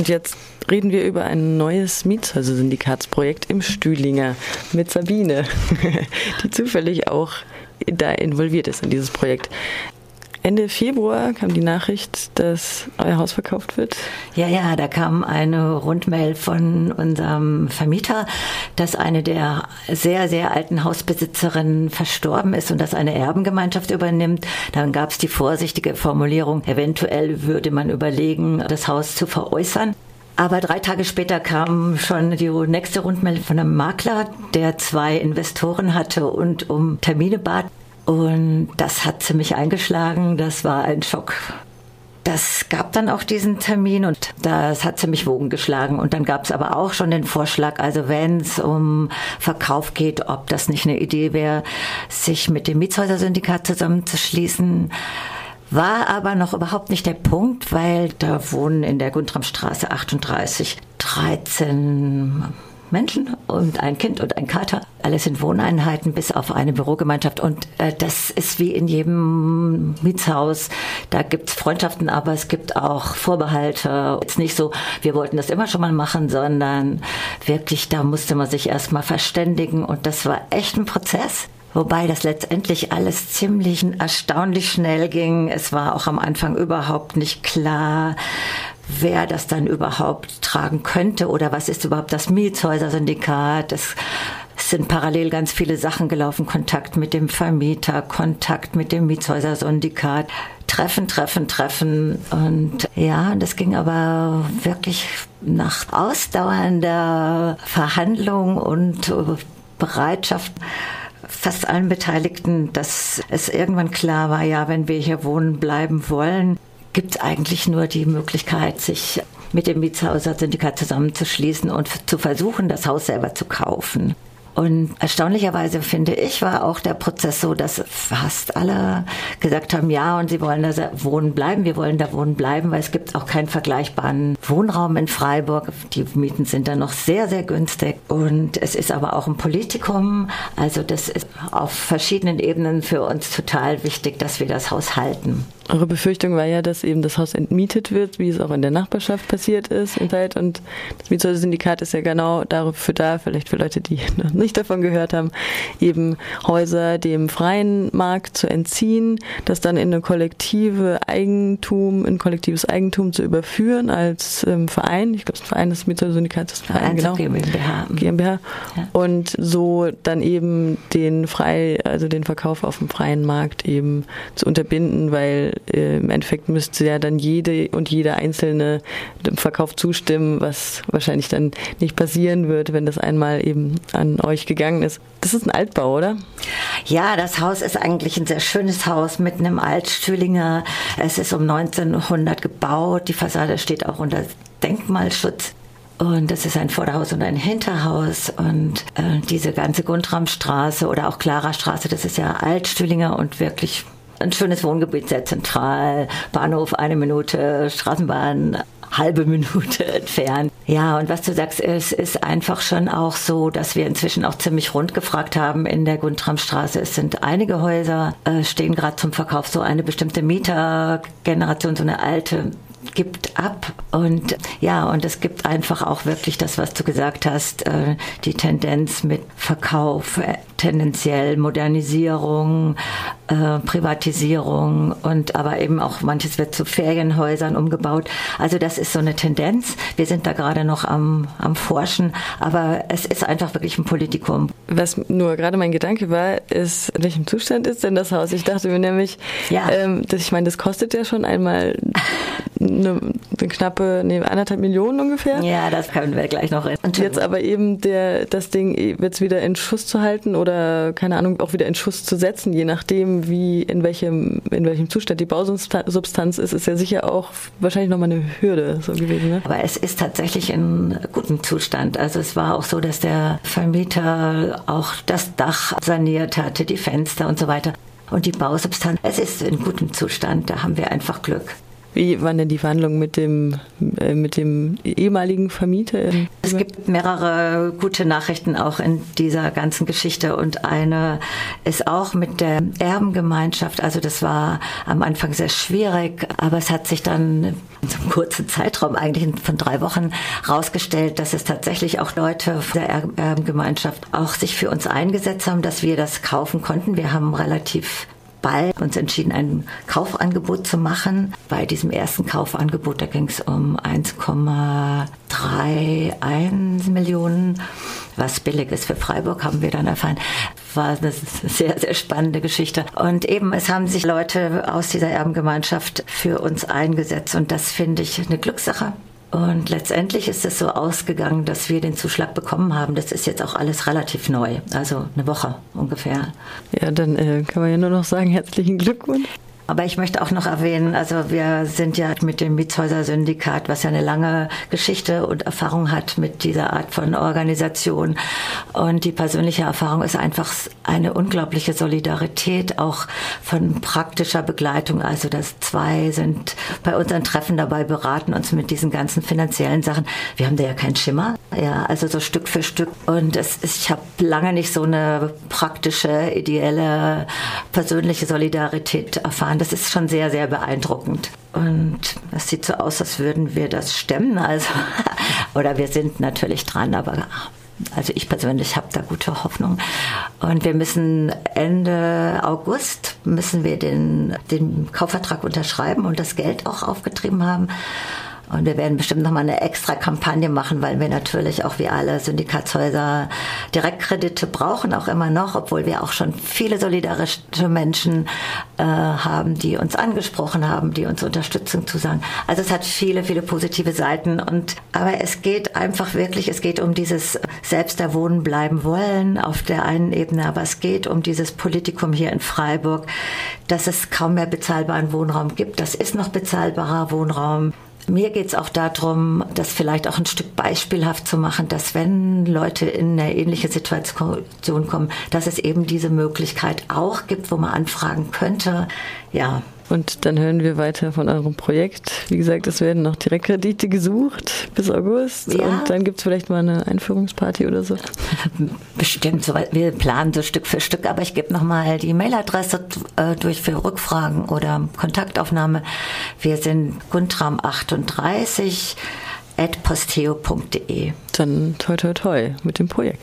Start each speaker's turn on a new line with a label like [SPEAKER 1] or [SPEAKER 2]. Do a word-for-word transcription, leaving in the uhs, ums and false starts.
[SPEAKER 1] Und jetzt reden wir über ein neues Mietshäuser-Syndikatsprojekt im Stühlinger mit Sabine, die zufällig auch da involviert ist in dieses Projekt. Ende Februar kam die Nachricht, dass euer Haus verkauft wird.
[SPEAKER 2] Ja, ja, da kam eine Rundmail von unserem Vermieter, dass eine der sehr, sehr alten Hausbesitzerinnen verstorben ist und dass eine Erbengemeinschaft übernimmt. Dann gab es die vorsichtige Formulierung, eventuell würde man überlegen, das Haus zu veräußern. Aber drei Tage später kam schon die nächste Rundmail von einem Makler, der zwei Investoren hatte und um Termine bat. Und das hat ziemlich eingeschlagen, das war ein Schock. Das gab dann auch diesen Termin und das hat ziemlich Wogen geschlagen. Und dann gab es aber auch schon den Vorschlag, also wenn es um Verkauf geht, ob das nicht eine Idee wäre, sich mit dem Mietshäuser-Syndikat zusammenzuschließen. War aber noch überhaupt nicht der Punkt, weil da wohnen in der Guntramstraße achtunddreißig dreizehn Menschen und ein Kind und ein Kater. Alles in Wohneinheiten bis auf eine Bürogemeinschaft. Und äh, das ist wie in jedem Mietshaus. Da gibt's Freundschaften, aber es gibt auch Vorbehalte. Jetzt nicht so, wir wollten das immer schon mal machen, sondern wirklich, da musste man sich erstmal verständigen. Und das war echt ein Prozess. Wobei das letztendlich alles ziemlich erstaunlich schnell ging. Es war auch am Anfang überhaupt nicht klar, wer das dann überhaupt tragen könnte oder was ist überhaupt das Mietshäuser-Syndikat. Es sind parallel ganz viele Sachen gelaufen, Kontakt mit dem Vermieter, Kontakt mit dem Mietshäuser-Syndikat, Treffen, Treffen, Treffen. Und ja, das ging aber wirklich nach ausdauernder Verhandlung und Bereitschaft fast allen Beteiligten, dass es irgendwann klar war, ja, wenn wir hier wohnen bleiben wollen, gibt es eigentlich nur die Möglichkeit, sich mit dem Mietshäuser-Syndikat zusammenzuschließen und zu versuchen, das Haus selber zu kaufen. Und erstaunlicherweise, finde ich, war auch der Prozess so, dass fast alle gesagt haben, ja, und sie wollen da wohnen bleiben, wir wollen da wohnen bleiben, weil es gibt auch keinen vergleichbaren Wohnraum in Freiburg. Die Mieten sind da noch sehr, sehr günstig. Und es ist aber auch ein Politikum. Also das ist auf verschiedenen Ebenen für uns total wichtig, dass wir das Haus halten.
[SPEAKER 1] Eure Befürchtung war ja, dass eben das Haus entmietet wird, wie es auch in der Nachbarschaft passiert ist. Und das Mietshäuser-Syndikat ist ja genau dafür da, vielleicht für Leute, die noch nicht davon gehört haben, eben Häuser dem freien Markt zu entziehen, das dann in eine kollektive Eigentum, in kollektives Eigentum zu überführen als ähm, Verein. Ich glaube, das Verein des Mietshäuser-Syndikats ist Verein, genau.
[SPEAKER 2] GmbH.
[SPEAKER 1] GmbH.
[SPEAKER 2] Ja.
[SPEAKER 1] Und so dann eben den frei, also den Verkauf auf dem freien Markt eben zu unterbinden, weil im Endeffekt müsste ja dann jede und jeder Einzelne dem Verkauf zustimmen, was wahrscheinlich dann nicht passieren wird, wenn das einmal eben an euch gegangen ist. Das ist ein Altbau, oder?
[SPEAKER 2] Ja, das Haus ist eigentlich ein sehr schönes Haus mitten im Altstühlinger. Es ist um neunzehnhundert gebaut. Die Fassade steht auch unter Denkmalschutz. Und das ist ein Vorderhaus und ein Hinterhaus. Und äh, diese ganze Guntramstraße oder auch Klarastraße, das ist ja Altstühlinger und wirklich ein schönes Wohngebiet, sehr zentral. Bahnhof eine Minute, Straßenbahn halbe Minute entfernt. Ja, und was du sagst, es ist einfach schon auch so, dass wir inzwischen auch ziemlich rund gefragt haben in der Guntramstraße. Es sind einige Häuser, äh, stehen gerade zum Verkauf. So eine bestimmte Mietergeneration, so eine alte, gibt ab. Und ja, und es gibt einfach auch wirklich das, was du gesagt hast, äh, die Tendenz mit Verkauf, äh, tendenziell Modernisierung, äh, Privatisierung und aber eben auch manches wird zu Ferienhäusern umgebaut. Also das ist so eine Tendenz. Wir sind da gerade noch am, am Forschen, aber es ist einfach wirklich ein Politikum.
[SPEAKER 1] Was nur gerade mein Gedanke war, ist, in welchem Zustand ist denn das Haus? Ich dachte mir nämlich,
[SPEAKER 2] ja.
[SPEAKER 1] ähm, dass ich meine, das kostet ja schon einmal eine, eine knappe, nee, anderthalb Millionen ungefähr.
[SPEAKER 2] Ja, das können wir gleich noch.
[SPEAKER 1] Und jetzt aber eben der, das Ding jetzt wieder in Schuss zu halten oder, keine Ahnung, auch wieder in Schuss zu setzen, je nachdem, wie, in welchem, in welchem Zustand die Bausubstanz ist, ist ja sicher auch wahrscheinlich nochmal eine Hürde so gewesen, ne?
[SPEAKER 2] Aber es ist tatsächlich in gutem Zustand. Also es war auch so, dass der Vermieter auch das Dach saniert hatte, die Fenster und so weiter. Und die Bausubstanz, es ist in gutem Zustand, da haben wir einfach Glück.
[SPEAKER 1] Wie waren denn die Verhandlungen mit dem, äh, mit dem ehemaligen Vermieter?
[SPEAKER 2] Es gibt mehrere gute Nachrichten auch in dieser ganzen Geschichte und eine ist auch mit der Erbengemeinschaft. Also das war am Anfang sehr schwierig, aber es hat sich dann in so einem kurzen Zeitraum, eigentlich von drei Wochen, rausgestellt, dass es tatsächlich auch Leute der Erbengemeinschaft auch sich für uns eingesetzt haben, dass wir das kaufen konnten. Wir haben relativ bald uns entschieden, ein Kaufangebot zu machen. Bei diesem ersten Kaufangebot, da ging es um eins Komma einunddreißig Millionen, was billig ist für Freiburg, haben wir dann erfahren. War eine sehr, sehr spannende Geschichte. Und eben, es haben sich Leute aus dieser Erbengemeinschaft für uns eingesetzt und das finde ich eine Glückssache. Und letztendlich ist es so ausgegangen, dass wir den Zuschlag bekommen haben. Das ist jetzt auch alles relativ neu, also eine Woche ungefähr.
[SPEAKER 1] Ja, dann äh, kann man ja nur noch sagen, herzlichen Glückwunsch.
[SPEAKER 2] Aber ich möchte auch noch erwähnen, also wir sind ja mit dem Mietshäuser-Syndikat, was ja eine lange Geschichte und Erfahrung hat mit dieser Art von Organisation. Und die persönliche Erfahrung ist einfach eine unglaubliche Solidarität, auch von praktischer Begleitung. Also dass zwei sind bei unseren Treffen dabei, beraten uns mit diesen ganzen finanziellen Sachen. Wir haben da ja keinen Schimmer, ja, also so Stück für Stück. Und es ist, ich habe lange nicht so eine praktische, ideelle, persönliche Solidarität erfahren. Das ist schon sehr, sehr beeindruckend. Und es sieht so aus, als würden wir das stemmen. Also, oder wir sind natürlich dran, aber also ich persönlich habe da gute Hoffnung. Und wir müssen Ende August müssen wir den, den Kaufvertrag unterschreiben und das Geld auch aufgetrieben haben. Und wir werden bestimmt nochmal eine extra Kampagne machen, weil wir natürlich auch wie alle Syndikatshäuser Direktkredite brauchen, auch immer noch, obwohl wir auch schon viele solidarische Menschen äh, haben, die uns angesprochen haben, die uns Unterstützung zusagen. Also es hat viele, viele positive Seiten. Und aber es geht einfach wirklich, es geht um dieses selbst da wohnen bleiben wollen auf der einen Ebene, aber es geht um dieses Politikum hier in Freiburg, dass es kaum mehr bezahlbaren Wohnraum gibt. Das ist noch bezahlbarer Wohnraum. Mir geht es auch darum, das vielleicht auch ein Stück beispielhaft zu machen, dass wenn Leute in eine ähnliche Situation kommen, dass es eben diese Möglichkeit auch gibt, wo man anfragen könnte. Ja.
[SPEAKER 1] Und dann hören wir weiter von eurem Projekt. Wie gesagt, es werden noch Direktkredite gesucht bis August. Ja. Und dann gibt es vielleicht mal eine Einführungsparty oder so.
[SPEAKER 2] Bestimmt, wir planen so Stück für Stück. Aber ich gebe nochmal die Mailadresse äh, durch für Rückfragen oder Kontaktaufnahme. Wir sind guntram achtunddreißig at posteo punkt de.
[SPEAKER 1] Dann toi toi toi mit dem Projekt.